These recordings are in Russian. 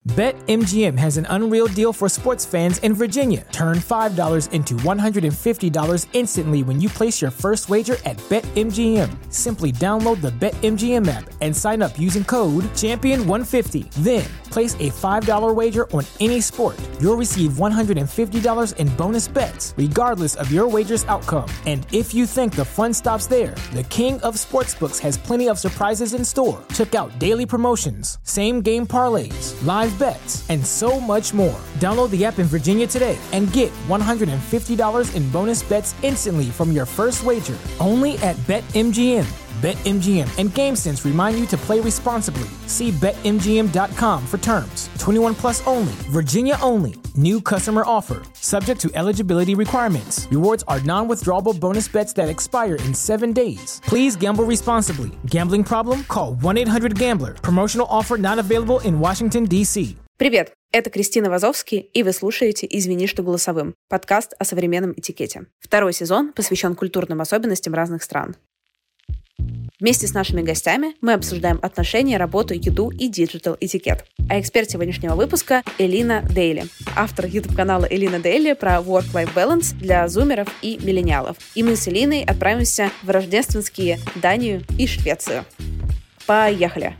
BetMGM has an unreal deal for sports fans in Virginia. Turn $5 into $150 instantly when you place your first wager at BetMGM. Simply download the BetMGM app and sign up using code Champion150. Then, place a $5 wager on any sport. You'll receive $150 in bonus bets, regardless of your wager's outcome. And if you think the fun stops there, the King of Sportsbooks has plenty of surprises in store. Check out daily promotions, same-game parlays, live bets, and so much more. Download the app in Virginia today and get $150 in bonus bets instantly from your first wager. Only at BetMGM. BetMGM and GameSense remind you to play responsibly. See BetMGM.com for terms. 21 plus only. Virginia only. New customer offer. Subject to eligibility requirements. Rewards are non-withdrawable bonus bets that expire in 7 days. Please gamble responsibly. Gambling problem? Call 1-800-GAMBLER. Promotional offer not available in Washington, D.C. Привет, это Кристина Вазовский, и вы слушаете «Извини, что голосовым» — подкаст о современном этикете. Второй сезон посвящен культурным особенностям разных стран. Вместе с нашими гостями мы обсуждаем отношения, работу, еду и диджитал-этикет. А эксперт сегодняшнего выпуска — Элина Дейли, автор YouTube-канала Элина Дейли про work-life balance для зумеров и миллениалов. И мы с Элиной отправимся в рождественские Данию и Швецию. Поехали!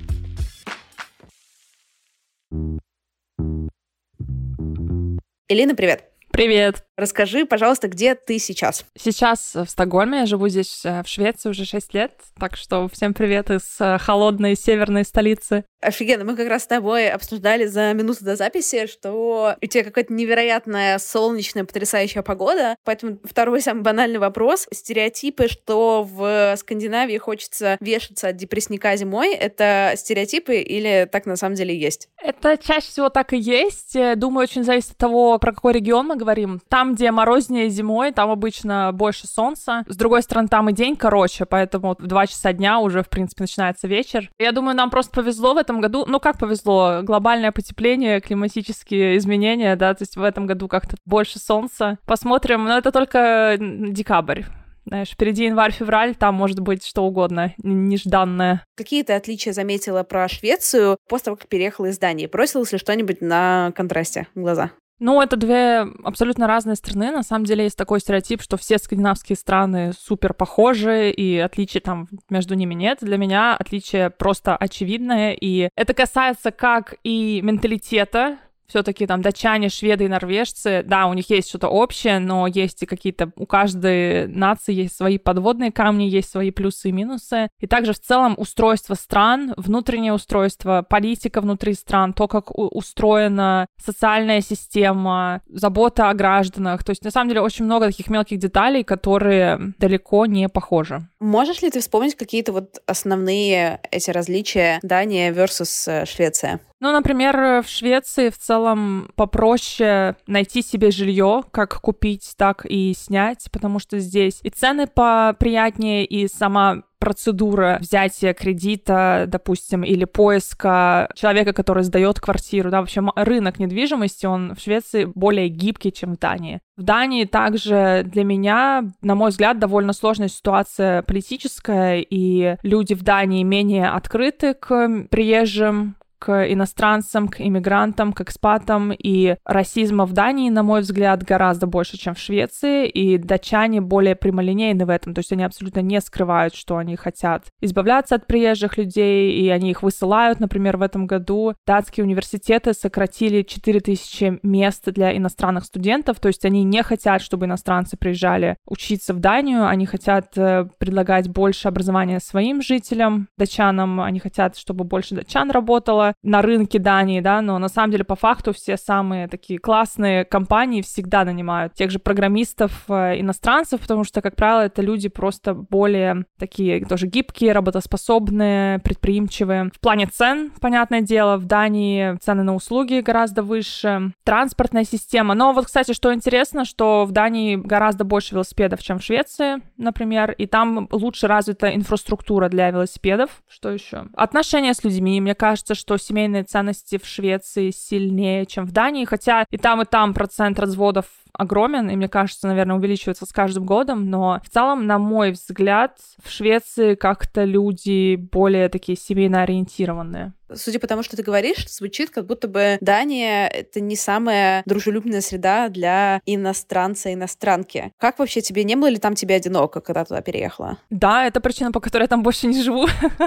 Элина, привет! Привет! Расскажи, пожалуйста, где ты сейчас? Сейчас в Стокгольме, я живу здесь в Швеции уже 6 лет, так что всем привет из холодной северной столицы. Офигенно, мы как раз с тобой обсуждали за минуту до записи, что у тебя какая-то невероятная солнечная, потрясающая погода, поэтому второй самый банальный вопрос. Стереотипы, что в Скандинавии хочется вешаться от депрессника зимой, это стереотипы или так на самом деле есть? Это чаще всего так и есть. Думаю, очень зависит от того, про какой регион мы говорим. Там, где морознее зимой, там обычно больше солнца. С другой стороны, там и день короче, поэтому в 2 часа дня уже, в принципе, начинается вечер. Я думаю, нам просто повезло в этом году. Ну, как повезло? Глобальное потепление, климатические изменения, да, то есть в этом году как-то больше солнца. Посмотрим, но это только декабрь. Знаешь, впереди январь-февраль, там может быть что угодно, нежданное. Какие ты отличия заметила про Швецию после того, как переехала из Дании? Бросилось ли что-нибудь на контрасте в глаза? Ну, это две абсолютно разные страны. На самом деле есть такой стереотип, что все скандинавские страны супер похожи, и отличий там между ними нет. Для меня отличие просто очевидное, и это касается как и менталитета. Все-таки там датчане, шведы и норвежцы, да, у них есть что-то общее, но есть и какие-то, у каждой нации есть свои подводные камни, есть свои плюсы и минусы. И также в целом устройство стран, внутреннее устройство, политика внутри стран, то, как устроена социальная система, забота о гражданах. То есть, на самом деле, очень много таких мелких деталей, которые далеко не похожи. Можешь ли ты вспомнить какие-то вот основные эти различия Дания versus Швеция? Ну, например, в Швеции в целом попроще найти себе жилье, как купить, так и снять, потому что здесь и цены поприятнее, и сама процедура взятия кредита, допустим, или поиска человека, который сдает квартиру, да, вообще рынок недвижимости, он в Швеции более гибкий, чем в Дании. В Дании также для меня, на мой взгляд, довольно сложная ситуация политическая, и люди в Дании менее открыты к приезжим, к иностранцам, к иммигрантам, к экспатам, и расизма в Дании, на мой взгляд, гораздо больше, чем в Швеции, и датчане более прямолинейны в этом, то есть они абсолютно не скрывают, что они хотят избавляться от приезжих людей, и они их высылают. Например, в этом году датские университеты сократили 4000 мест для иностранных студентов, то есть они не хотят, чтобы иностранцы приезжали учиться в Данию, они хотят предлагать больше образования своим жителям, датчанам, они хотят, чтобы больше датчан работало на рынке Дании, да, но на самом деле по факту все самые такие классные компании всегда нанимают тех же программистов иностранцев, потому что, как правило, это люди просто более такие тоже гибкие, работоспособные, предприимчивые. В плане цен, понятное дело, в Дании цены на услуги гораздо выше, транспортная система. Но вот, кстати, что интересно, что в Дании гораздо больше велосипедов, чем в Швеции, например, и там лучше развита инфраструктура для велосипедов. Что еще? Отношения с людьми. Мне кажется, что семейные ценности в Швеции сильнее, чем в Дании, хотя и там процент разводов огромен, и, мне кажется, наверное, увеличивается с каждым годом, но в целом, на мой взгляд, в Швеции как-то люди более такие семейно ориентированные. Судя по тому, что ты говоришь, звучит, как будто бы Дания — это не самая дружелюбная среда для иностранца, иностранки. Как вообще тебе, не было ли там тебе одиноко, когда туда переехала? Да, это причина, по которой я там больше не живу.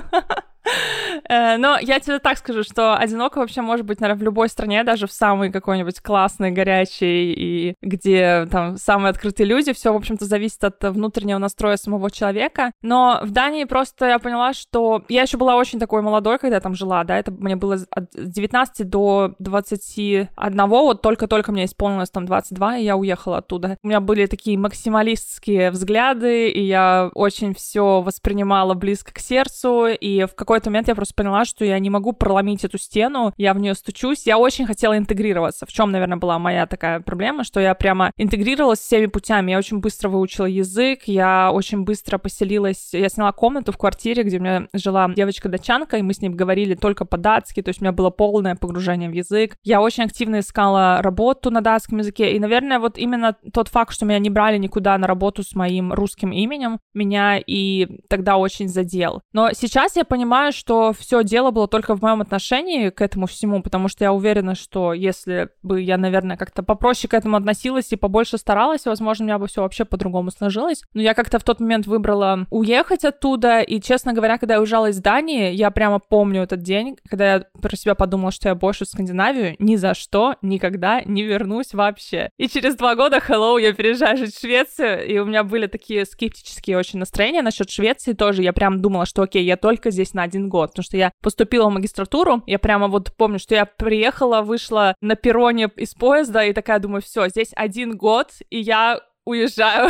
Но я тебе так скажу, что одиноко вообще может быть, наверное, в любой стране, даже в самой какой-нибудь классной, горячей, и где там самые открытые люди. Все, в общем-то, зависит от внутреннего настроя самого человека. Но в Дании просто я поняла, что я еще была очень такой молодой, когда я там жила, да, это мне было от 19 до 21, вот только-только мне исполнилось там 22, и я уехала оттуда. У меня были такие максималистские взгляды, и я очень все воспринимала близко к сердцу, и в какой-то момент я просто поняла, что я не могу проломить эту стену, я в нее стучусь. Я очень хотела интегрироваться, в чем, наверное, была моя такая проблема, что я прямо интегрировалась всеми путями. Я очень быстро выучила язык, я очень быстро поселилась, я сняла комнату в квартире, где у меня жила девочка-датчанка, и мы с ней говорили только по-датски, то есть у меня было полное погружение в язык. Я очень активно искала работу на датском языке, и, наверное, вот именно тот факт, что меня не брали никуда на работу с моим русским именем, меня и тогда очень задел. Но сейчас я понимаю, что все дело было только в моем отношении к этому всему, потому что я уверена, что если бы я, наверное, как-то попроще к этому относилась и побольше старалась, возможно, у меня бы все вообще по-другому сложилось. Но я как-то в тот момент выбрала уехать оттуда, и, честно говоря, когда я уезжала из Дании, я прямо помню этот день, когда я про себя подумала, что я больше в Скандинавию ни за что никогда не вернусь вообще. И через 2 года, я переезжаю жить в Швецию, и у меня были такие скептические очень настроения насчет Швеции тоже. Я прям думала, что окей, я только здесь на 1 год, потому что я поступила в магистратуру, я прямо вот помню, что я приехала, вышла на перроне из поезда и такая думаю, все, здесь 1 год, и я уезжаю.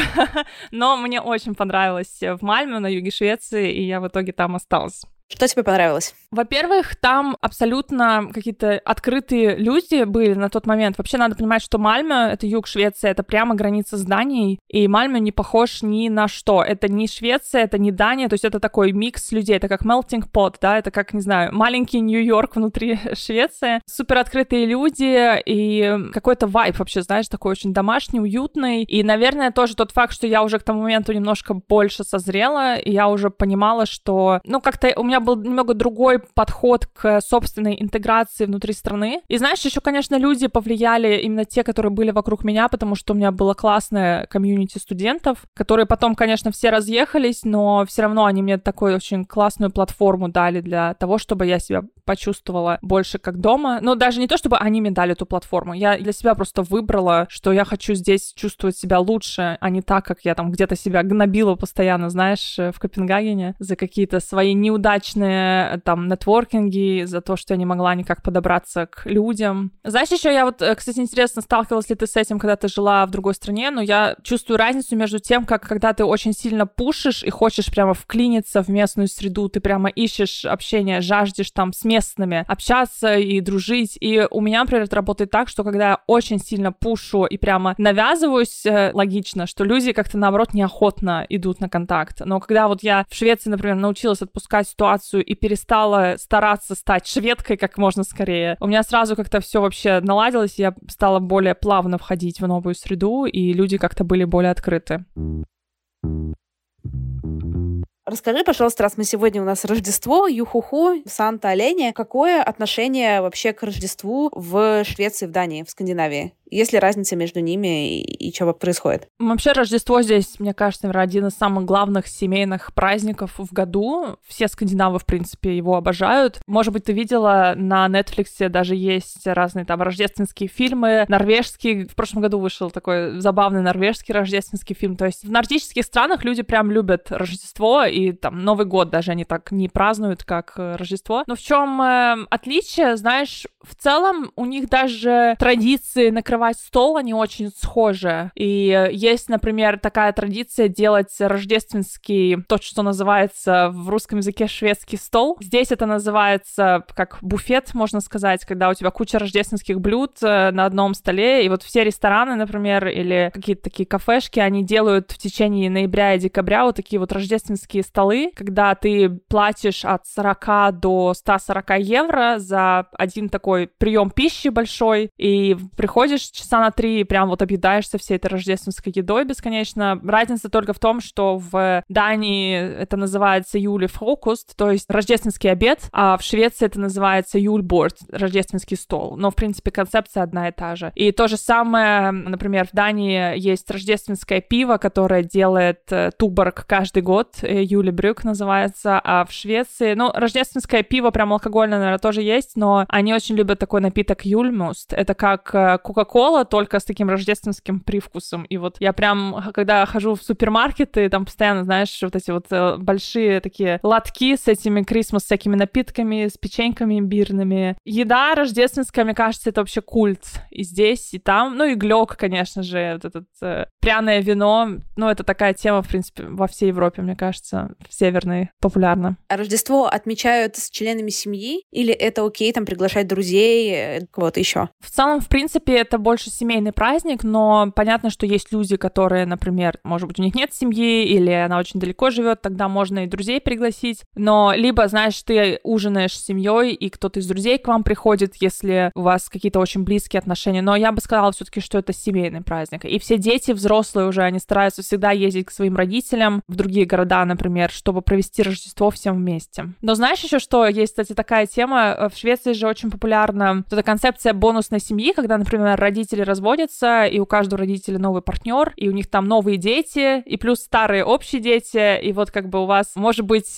Но мне очень понравилось в Мальмö на юге Швеции, и я в итоге там осталась. Что тебе понравилось? Во-первых, там абсолютно какие-то открытые люди были на тот момент. Вообще надо понимать, что Мальмö, это юг Швеции, это прямо граница с Данией, и Мальмö не похож ни на что. Это не Швеция, это не Дания, то есть это такой микс людей, это как melting pot, да, это как, не знаю, маленький Нью-Йорк внутри Швеции. Супер открытые люди и какой-то вайб вообще, знаешь, такой очень домашний, уютный. И, наверное, тоже тот факт, что я уже к тому моменту немножко больше созрела, и я уже понимала, что, как-то у меня был немного другой подход к собственной интеграции внутри страны. И знаешь, еще, конечно, люди повлияли, именно те, которые были вокруг меня, потому что у меня было классное комьюнити студентов, которые потом, конечно, все разъехались, но все равно они мне такую очень классную платформу дали для того, чтобы я себя почувствовала больше как дома. Но даже не то, чтобы они мне дали эту платформу. Я для себя просто выбрала, что я хочу здесь чувствовать себя лучше, а не так, как я там где-то себя гнобила постоянно, знаешь, в Копенгагене за какие-то свои неудачные там нетворкинги, за то, что я не могла никак подобраться к людям. Знаешь, еще я вот, кстати, интересно, сталкивалась ли ты с этим, когда ты жила в другой стране, но я чувствую разницу между тем, как когда ты очень сильно пушишь и хочешь прямо вклиниться в местную среду, ты прямо ищешь общение, жаждешь там с местными общаться и дружить. И у меня, например, это работает так, что когда я очень сильно пушу и прямо навязываюсь, логично, что люди как-то, наоборот, неохотно идут на контакт. Но когда вот я в Швеции, например, научилась отпускать ситуацию и перестала стараться стать шведкой как можно скорее, у меня сразу как-то все вообще наладилось, я стала более плавно входить в новую среду, и люди как-то были более открыты. Расскажи, пожалуйста, раз мы сегодня у нас Рождество, Юхуху, Санта-Оленя, какое отношение вообще к Рождеству в Швеции, в Дании, в Скандинавии? Есть ли разница между ними и что происходит? Вообще Рождество здесь, мне кажется, наверное, один из самых главных семейных праздников в году. Все скандинавы, в принципе, его обожают. Может быть, ты видела, на Netflix даже есть разные там рождественские фильмы, норвежские. В прошлом году вышел такой забавный норвежский рождественский фильм. То есть в нордических странах люди прям любят Рождество, и там Новый год даже они так не празднуют, как Рождество. Но в чем отличие, знаешь, в целом у них даже традиции накрывать накрывать стол, они очень схожи. И есть, например, такая традиция делать рождественский, то, что называется в русском языке шведский стол. Здесь это называется как буфет, можно сказать, когда у тебя куча рождественских блюд на одном столе, и вот все рестораны, например, или какие-то такие кафешки, они делают в течение ноября и декабря вот такие вот рождественские столы, когда ты платишь от 40 до 140 евро за один такой прием пищи большой, и приходишь часа на 3 и прям вот объедаешься всей этой рождественской едой бесконечно. Разница только в том, что в Дании это называется юлефрукост, то есть рождественский обед, а в Швеции это называется юльборд, рождественский стол. Но, в принципе, концепция одна и та же. И то же самое, например, в Дании есть рождественское пиво, которое делает Туборг каждый год, Юлебрюк называется, а в Швеции, ну, рождественское пиво, прям алкогольное, наверное, тоже есть, но они очень любят такой напиток юльмуст. Это как Кока-Кола, только с таким рождественским привкусом. И вот я прям, когда хожу в супермаркеты, там постоянно, знаешь, вот эти вот большие такие лотки с этими Крисмас всякими напитками, с печеньками имбирными. Еда рождественская, мне кажется, это вообще культ. И здесь, и там. Ну и глёк, конечно же, вот этот пряное вино. Ну, это такая тема, в принципе, во всей Европе, мне кажется, в северной популярна. А Рождество отмечают с членами семьи? Или это окей, там, приглашать друзей, кого-то еще? В целом, в принципе, это больше семейный праздник, но понятно, что есть люди, которые, например, может быть, у них нет семьи, или она очень далеко живет, тогда можно и друзей пригласить. Но либо, знаешь, ты ужинаешь с семьей, и кто-то из друзей к вам приходит, если у вас какие-то очень близкие отношения. Но я бы сказала все-таки, что это семейный праздник. И все дети, взрослые уже, они стараются всегда ездить к своим родителям в другие города, например, чтобы провести Рождество всем вместе. Но знаешь еще что? Есть, кстати, такая тема. В Швеции же очень популярна эта концепция бонусной семьи, когда, например, родители разводятся, и у каждого родителя новый партнер, и у них там новые дети, и плюс старые общие дети, и вот как бы у вас может быть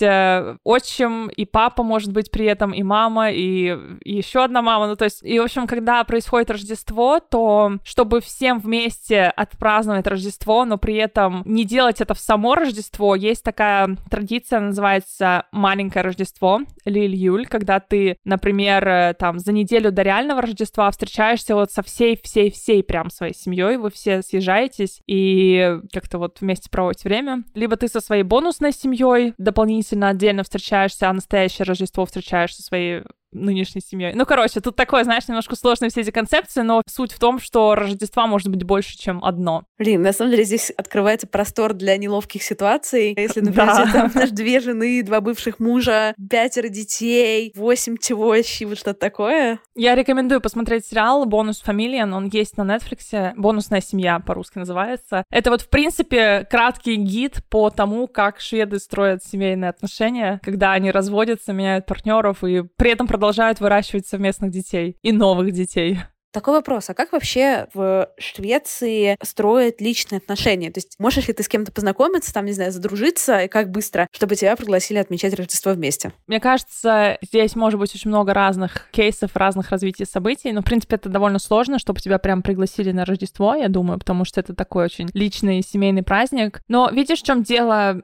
отчим, и папа может быть при этом, и мама, и еще одна мама. Ну, то есть, и, в общем, когда происходит Рождество, то чтобы всем вместе отпраздновать Рождество, но при этом не делать это в само Рождество, есть такая традиция, называется «маленькое Рождество», Лиль-Юль, когда ты, например, там за неделю до реального Рождества встречаешься вот со всей прям своей семьей, вы все съезжаетесь и как-то вот вместе проводите время. Либо ты со своей бонусной семьей дополнительно отдельно встречаешься, а настоящее Рождество встречаешь со своей нынешней семьей. Ну, короче, тут такое, знаешь, немножко сложные все эти концепции, но суть в том, что Рождества может быть больше, чем одно. Блин, на самом деле здесь открывается простор для неловких ситуаций. Если, например, там, знаешь, 2 жены, 2 бывших мужа, 5 детей, 8 тещи, вот что-то такое. Я рекомендую посмотреть сериал «Бонус Фамилиан», он есть на Netflix, «Бонусная семья» по-русски называется. Это вот, в принципе, краткий гид по тому, как шведы строят семейные отношения, когда они разводятся, меняют партнеров и при этом продолжают выращивать совместных детей и новых детей. Такой вопрос, а как вообще в Швеции строят личные отношения? То есть можешь ли ты с кем-то познакомиться, там, не знаю, задружиться, и как быстро, чтобы тебя пригласили отмечать Рождество вместе? Мне кажется, здесь может быть очень много разных кейсов, разных развитий событий, но, в принципе, это довольно сложно, чтобы тебя прям пригласили на Рождество, я думаю, потому что это такой очень личный семейный праздник. Но видишь, в чем дело?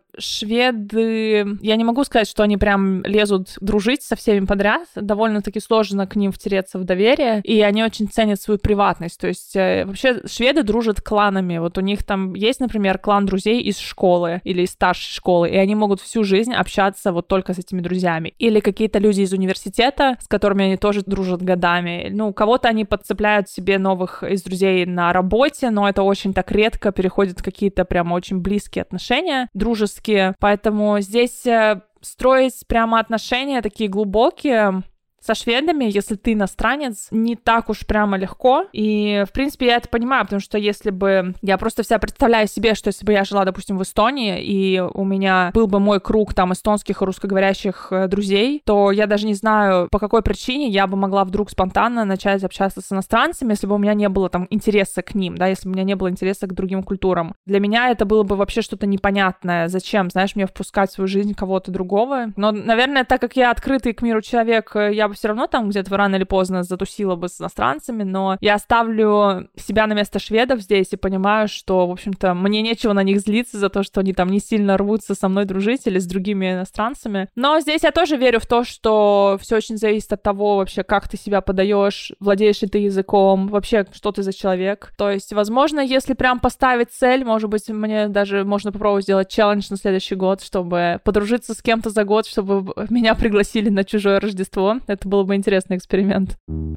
Шведы, я не могу сказать, что они прям лезут дружить со всеми подряд, довольно-таки сложно к ним втереться в доверие, и они очень ценят свою приватность, то есть вообще шведы дружат кланами, вот у них там есть, например, клан друзей из школы или из старшей школы, и они могут всю жизнь общаться вот только с этими друзьями, или какие-то люди из университета, с которыми они тоже дружат годами, ну, кого-то они подцепляют себе новых из друзей на работе, но это очень так редко переходит в какие-то прям очень близкие отношения, дружеские. Поэтому здесь строить прямо отношения такие глубокие со шведами, если ты иностранец, не так уж прямо легко. И, в принципе, я это понимаю, потому что если бы... Я просто вся представляю себе, что если бы я жила, допустим, в Эстонии, и у меня был бы мой круг там эстонских и русскоговорящих друзей, то я даже не знаю, по какой причине я бы могла вдруг спонтанно начать общаться с иностранцами, если бы у меня не было там интереса к ним, да, если бы у меня не было интереса к другим культурам. Для меня это было бы вообще что-то непонятное. Зачем, знаешь, мне впускать в свою жизнь кого-то другого? Но, наверное, так как я открытый к миру человек, я бы все равно там где-то рано или поздно затусила бы с иностранцами, но я ставлю себя на место шведов здесь и понимаю, что, в общем-то, мне нечего на них злиться за то, что они там не сильно рвутся со мной дружить или с другими иностранцами. Но здесь я тоже верю в то, что все очень зависит от того вообще, как ты себя подаешь, владеешь ли ты языком, вообще, что ты за человек. То есть, возможно, если прям поставить цель, может быть, мне даже можно попробовать сделать челлендж на следующий год, чтобы подружиться с кем-то за год, чтобы меня пригласили на чужое Рождество. Это был бы интересный эксперимент.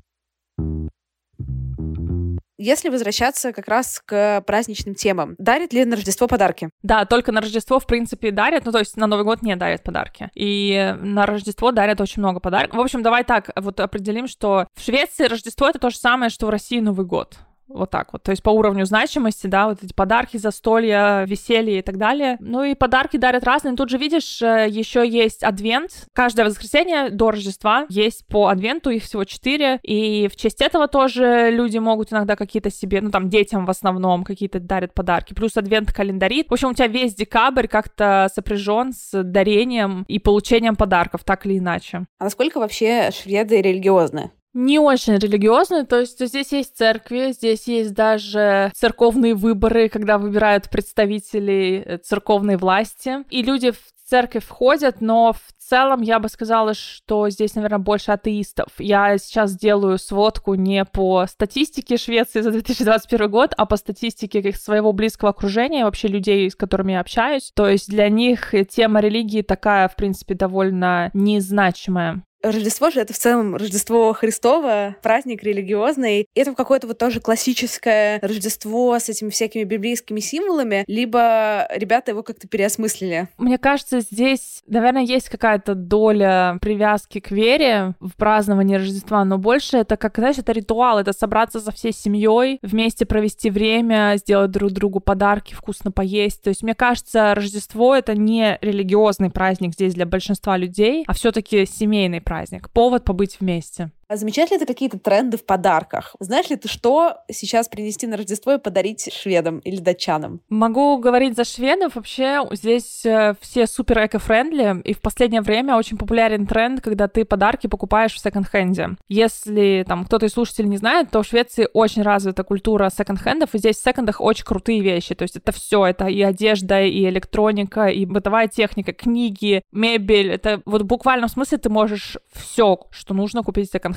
Если возвращаться как раз к праздничным темам, дарят ли на Рождество подарки? Да, только на Рождество, в принципе, дарят, ну, то есть на Новый год не дарят подарки. И на Рождество дарят очень много подарков. В общем, давай так вот определим, что в Швеции Рождество — это то же самое, что в России Новый год. Вот так вот. То есть по уровню значимости, да, вот эти подарки, застолья, веселье и так далее. Ну и подарки дарят разные. Тут же, видишь, еще есть адвент. Каждое воскресенье до Рождества есть по адвенту, их всего 4. И в честь этого тоже люди могут иногда какие-то себе, ну там детям в основном какие-то дарят подарки. Плюс адвент-календари. В общем, у тебя весь декабрь как-то сопряжен с дарением и получением подарков, так или иначе. А насколько вообще шведы религиозны? Не очень религиозные, то есть здесь есть церкви, здесь есть даже церковные выборы, когда выбирают представителей церковной власти, и люди в церковь входят, но в целом я бы сказала, что здесь, наверное, больше атеистов. Я сейчас делаю сводку не по статистике Швеции за 2021 год, а по статистике своего близкого окружения, вообще людей, с которыми я общаюсь. То есть для них тема религии такая, в принципе, довольно незначимая. Рождество же это в целом Рождество Христово, праздник религиозный. Это какое-то вот тоже классическое Рождество с этими всякими библейскими символами, либо ребята его как-то переосмыслили? Мне кажется, здесь, наверное, есть какая-то доля привязки к вере в праздновании Рождества, но больше это, как, знаешь, это ритуал, это собраться со всей семьей, вместе провести время, сделать друг другу подарки, вкусно поесть. То есть, мне кажется, Рождество — это не религиозный праздник здесь для большинства людей, а все-таки семейный праздник. Повод побыть вместе. А замечаешь ли ты какие-то тренды в подарках? Знаешь ли ты, что сейчас принести на Рождество и подарить шведам или датчанам? Могу говорить за шведов. Вообще здесь все супер эко-френдли, и в последнее время очень популярен тренд, когда ты подарки покупаешь в секонд-хенде. Если там кто-то из слушателей не знает, то в Швеции очень развита культура секонд-хендов, и здесь в секондах очень крутые вещи. То есть это все, это и одежда, и электроника, и бытовая техника, книги, мебель. Это вот в буквальном смысле ты можешь все, что нужно купить в секонд-хенде.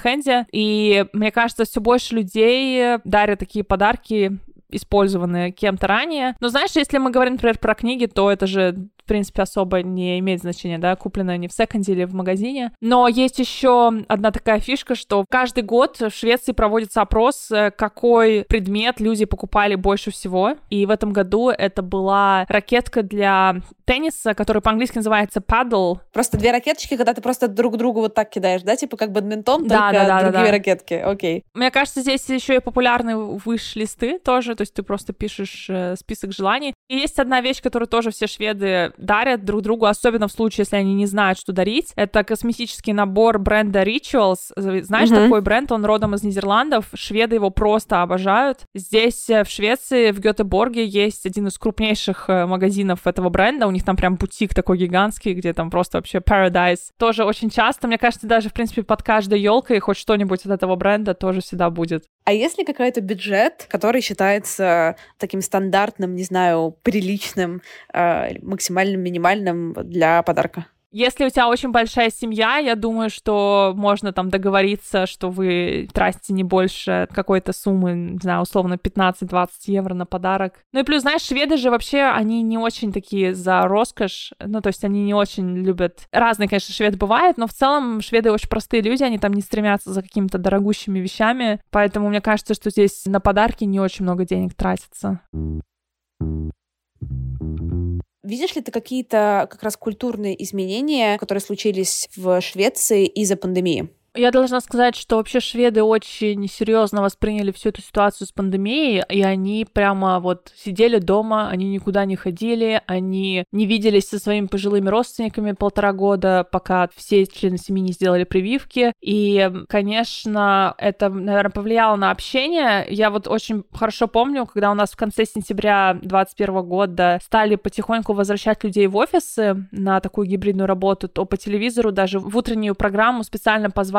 И мне кажется, все больше людей дарят такие подарки, использованные кем-то ранее. Но знаешь, если мы говорим, например, про книги, то это же, в принципе, особо не имеет значения, да, куплено они в секонде или в магазине. Но есть еще одна такая фишка, что каждый год в Швеции проводится опрос, какой предмет люди покупали больше всего. И в этом году это была ракетка для тенниса, которая по-английски называется paddle. Просто две ракеточки, когда ты просто друг другу вот так кидаешь, да? Типа как бадминтон, только другие ракетки. Окей. Мне кажется, здесь еще и популярны виш-листы тоже, то есть ты просто пишешь список желаний. И есть одна вещь, которую тоже все шведы дарят друг другу, особенно в случае, если они не знают, что дарить. Это косметический набор бренда Rituals. Знаешь, такой бренд, он родом из Нидерландов. Шведы его просто обожают. Здесь, в Швеции, в Гетеборге, есть один из крупнейших магазинов этого бренда. У них там прям бутик такой гигантский, где там просто вообще paradise. Тоже очень часто, мне кажется, даже, в принципе, под каждой елкой хоть что-нибудь от этого бренда тоже всегда будет. А есть ли какой-то бюджет, который считается таким стандартным, не знаю, приличным, максимальным, минимальным для подарка? Если у тебя очень большая семья, я думаю, что можно там договориться, что вы тратите не больше какой-то суммы, не знаю, условно 15-20 евро на подарок. Ну и плюс, знаешь, шведы же вообще, они не очень такие за роскошь, ну то есть они не очень любят... Разные, конечно, шведы бывают, но в целом шведы очень простые люди, они там не стремятся за какими-то дорогущими вещами, поэтому мне кажется, что здесь на подарки не очень много денег тратится. Видишь ли ты какие-то как раз культурные изменения, которые случились в Швеции из-за пандемии? Я должна сказать, что вообще шведы очень серьезно восприняли всю эту ситуацию с пандемией, и они прямо вот сидели дома, они никуда не ходили, они не виделись со своими пожилыми родственниками 1,5 года, пока все члены семьи не сделали прививки. И, конечно, это, наверное, повлияло на общение. Я вот очень хорошо помню, когда у нас в конце сентября 2021 года стали потихоньку возвращать людей в офисы на такую гибридную работу, то по телевизору даже в утреннюю программу специально позвали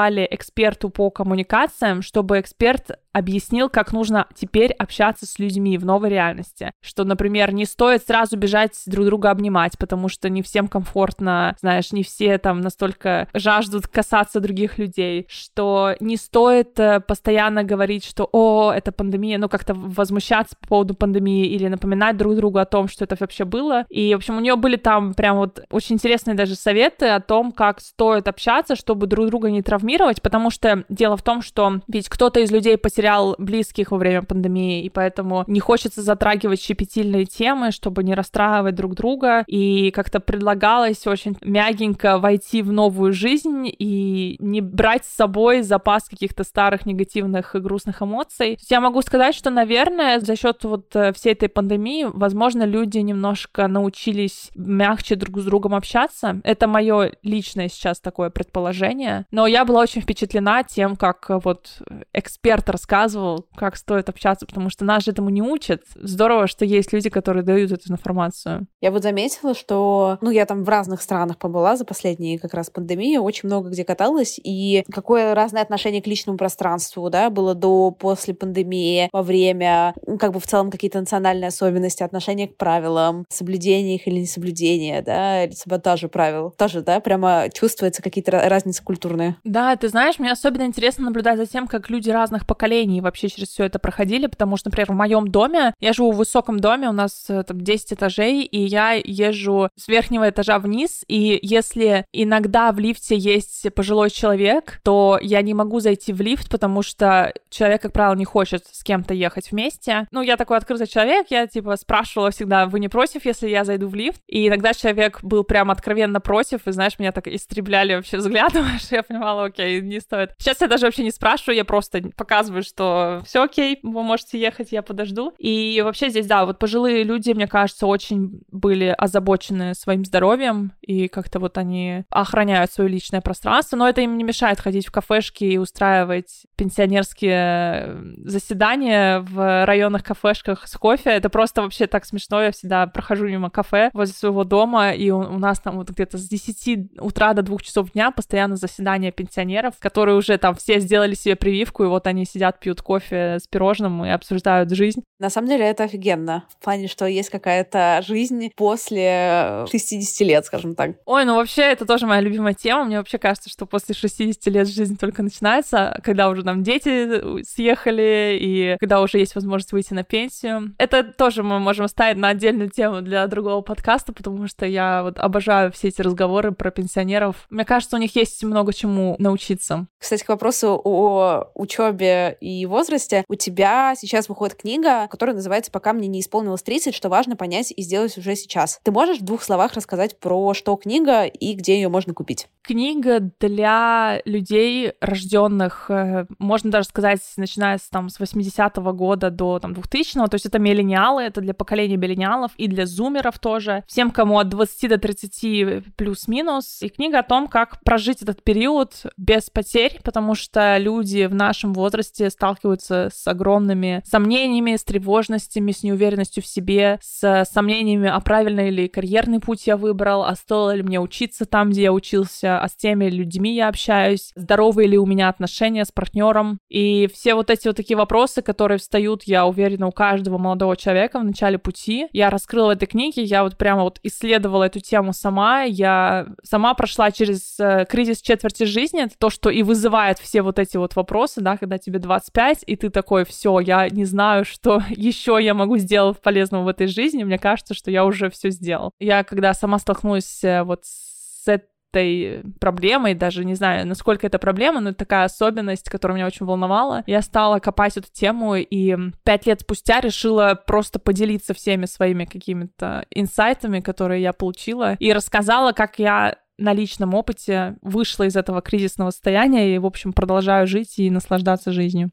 давали эксперту по коммуникациям, чтобы эксперт объяснил, как нужно теперь общаться с людьми в новой реальности. Что, например, не стоит сразу бежать друг друга обнимать, потому что не всем комфортно, знаешь, не все там настолько жаждут касаться других людей. Что не стоит постоянно говорить, что «О, это пандемия», ну, как-то возмущаться по поводу пандемии или напоминать друг другу о том, что это вообще было. И, в общем, у нее были там прям вот очень интересные даже советы о том, как стоит общаться, чтобы друг друга не травмировать, потому что дело в том, что ведь кто-то из людей потерял близких во время пандемии, и поэтому не хочется затрагивать щепетильные темы, чтобы не расстраивать друг друга, и как-то предлагалось очень мягенько войти в новую жизнь и не брать с собой запас каких-то старых негативных и грустных эмоций. Я могу сказать, что, наверное, за счет вот всей этой пандемии, возможно, люди немножко научились мягче друг с другом общаться. Это мое личное сейчас такое предположение, но я была очень впечатлена тем, как вот эксперт рассказывал, как стоит общаться, потому что нас же этому не учат. Здорово, что есть люди, которые дают эту информацию. Я вот заметила, что, я там в разных странах побыла за последние как раз пандемии, очень много где каталась, и какое разное отношение к личному пространству, да, было до, после пандемии, во время, как бы в целом какие-то национальные особенности, отношения к правилам, соблюдение их или несоблюдение, да, или саботажу правил. Тоже, да, прямо чувствуются какие-то разницы культурные. Да, ты знаешь, мне особенно интересно наблюдать за тем, как люди разных поколений вообще через все это проходили, потому что, например, в моем доме, я живу в высоком доме, у нас там 10 этажей, и я езжу с верхнего этажа вниз, и если иногда в лифте есть пожилой человек, то я не могу зайти в лифт, потому что человек, как правило, не хочет с кем-то ехать вместе. Я такой открытый человек, я типа спрашивала всегда, вы не против, если я зайду в лифт? И иногда человек был прям откровенно против, и, знаешь, меня так истребляли вообще взглядом, что я понимала, окей, не стоит. Сейчас я даже вообще не спрашиваю, я просто показываю, что все окей, вы можете ехать, я подожду. И вообще здесь, да, вот пожилые люди, мне кажется, очень были озабочены своим здоровьем, и как-то вот они охраняют свое личное пространство, но это им не мешает ходить в кафешки и устраивать пенсионерские заседания в районных кафешках с кофе. Это просто вообще так смешно. Я всегда прохожу мимо кафе возле своего дома, и у нас там вот где-то с 10 утра до 2 часов дня постоянно заседания пенсионеров, которые уже там все сделали себе прививку, и вот они сидят, пьют кофе с пирожным и обсуждают жизнь. На самом деле это офигенно. В плане, что есть какая-то жизнь после 60 лет, скажем так. Ой, вообще это тоже моя любимая тема. Мне вообще кажется, что после 60 лет жизнь только начинается, когда уже там дети съехали, и когда уже есть возможность выйти на пенсию. Это тоже мы можем оставить на отдельную тему для другого подкаста, потому что я вот обожаю все эти разговоры про пенсионеров. Мне кажется, у них есть много чему научиться. Кстати, к вопросу о учебе и возрасте. У тебя сейчас выходит книга, которая называется «Пока мне не исполнилось 30, что важно понять и сделать уже сейчас». Ты можешь в 2 словах рассказать про что книга и где ее можно купить? Книга для людей, рожденных, можно даже сказать, начиная с 80-го года до 2000-го, то есть это миллениалы, это для поколения миллениалов и для зумеров тоже, всем, кому от 20 до 30 плюс-минус, и книга о том, как прожить этот период без потерь, потому что люди в нашем возрасте сталкиваются с огромными сомнениями, с тревожностями, с неуверенностью в себе, с сомнениями, а правильный ли карьерный путь я выбрал, а стоило ли мне учиться там, где я учился, а с теми людьми я общаюсь, здоровые ли у меня отношения с партнером. И все вот эти вот такие вопросы, которые встают, я уверена, у каждого молодого человека в начале пути. Я раскрыла в этой книге, я вот прямо вот исследовала эту тему сама, я сама прошла через кризис четверти жизни, это то, что и вызывает все вот эти вот вопросы, да, когда тебе 25, и ты такой, все, я не знаю, что еще я могу сделать полезного в этой жизни, мне кажется, что я уже все сделал. Я когда сама столкнулась вот с этой проблемой, даже не знаю, насколько это проблема, но это такая особенность, которая меня очень волновала. Я стала копать эту тему, и 5 лет спустя решила просто поделиться всеми своими какими-то инсайтами, которые я получила, и рассказала, как я на личном опыте вышла из этого кризисного состояния и, в общем, продолжаю жить и наслаждаться жизнью.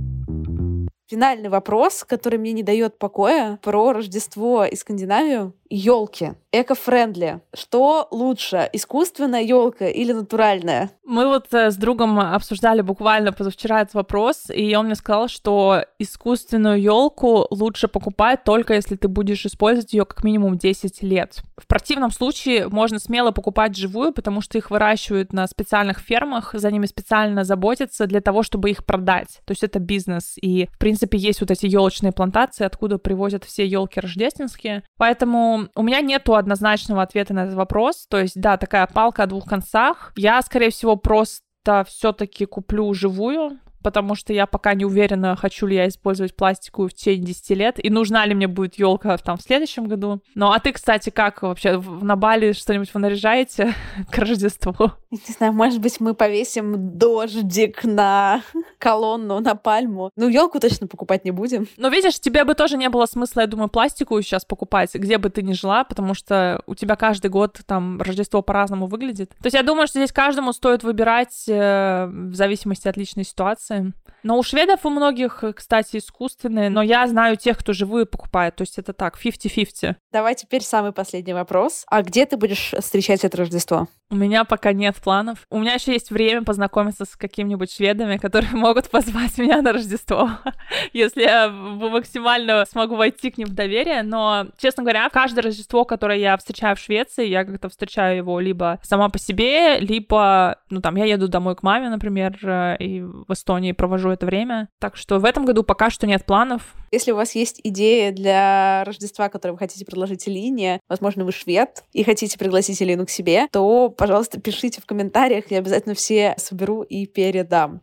Финальный вопрос, который мне не дает покоя, про Рождество и Скандинавию елки. Эко-френдли. Что лучше, искусственная елка или натуральная? Мы вот с другом обсуждали буквально позавчера этот вопрос, и он мне сказал, что искусственную елку лучше покупать только если ты будешь использовать ее как минимум 10 лет. В противном случае можно смело покупать живую, потому что их выращивают на специальных фермах, за ними специально заботятся для того, чтобы их продать. То есть это бизнес. И, в принципе, есть вот эти елочные плантации, откуда привозят все елки рождественские. Поэтому у меня нету однозначного ответа на этот вопрос. То есть, да, такая палка о двух концах. Я, скорее всего, просто все-таки куплю живую, потому что я пока не уверена, хочу ли я использовать пластиковую в течение 10 лет, и нужна ли мне будет елка там в следующем году. Ну, а ты, кстати, как вообще на Бали что-нибудь вы наряжаете к Рождеству? Не знаю, может быть, мы повесим дождик на колонну, на пальму. Ну, елку точно покупать не будем. Но видишь, тебе бы тоже не было смысла, я думаю, пластиковую сейчас покупать, где бы ты ни жила, потому что у тебя каждый год там Рождество по-разному выглядит. То есть я думаю, что здесь каждому стоит выбирать в зависимости от личной ситуации. Но у шведов у многих, кстати, искусственные, но я знаю тех, кто живую покупает, то есть это так, 50-50. Давай теперь самый последний вопрос. А где ты будешь встречать это Рождество? У меня пока нет планов. У меня еще есть время познакомиться с какими-нибудь шведами, которые могут позвать меня на Рождество, если я максимально смогу войти к ним в доверие. Но, честно говоря, каждое Рождество, которое я встречаю в Швеции, я как-то встречаю его либо сама по себе, либо, ну там, я еду домой к маме, например, и в Эстонии провожу это время. Так что в этом году пока что нет планов. Если у вас есть идея для Рождества, которую вы хотите предложить Элине, возможно, вы швед и хотите пригласить Элину к себе, то, пожалуйста, пишите в комментариях, я обязательно все соберу и передам.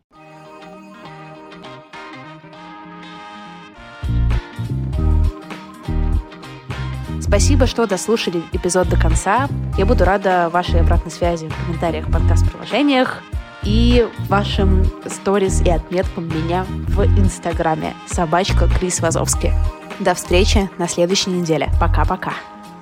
Спасибо, что дослушали эпизод до конца. Я буду рада вашей обратной связи в комментариях, в подкаст-приложениях и вашим сторис и отметкам меня в Инстаграме. @Крис Вазовский. До встречи на следующей неделе. Пока-пока.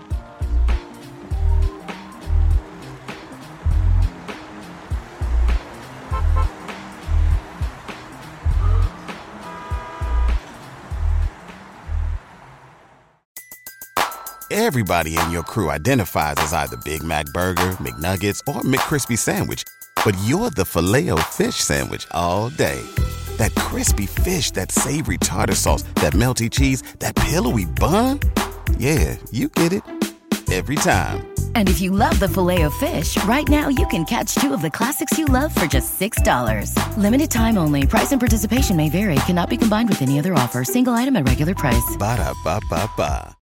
Everybody in your crew identifies as either Big Mac Burger, McNuggets, or McCrispy Sandwich. But you're the Filet-O-Fish Sandwich all day. That crispy fish, that savory tartar sauce, that melty cheese, that pillowy bun. Yeah, you get it. Every time. And if you love the Filet-O-Fish, right now you can catch two of the classics you love for just $6. Limited time only. Price and participation may vary. Cannot be combined with any other offer. Single item at regular price. Ba-da-ba-ba-ba.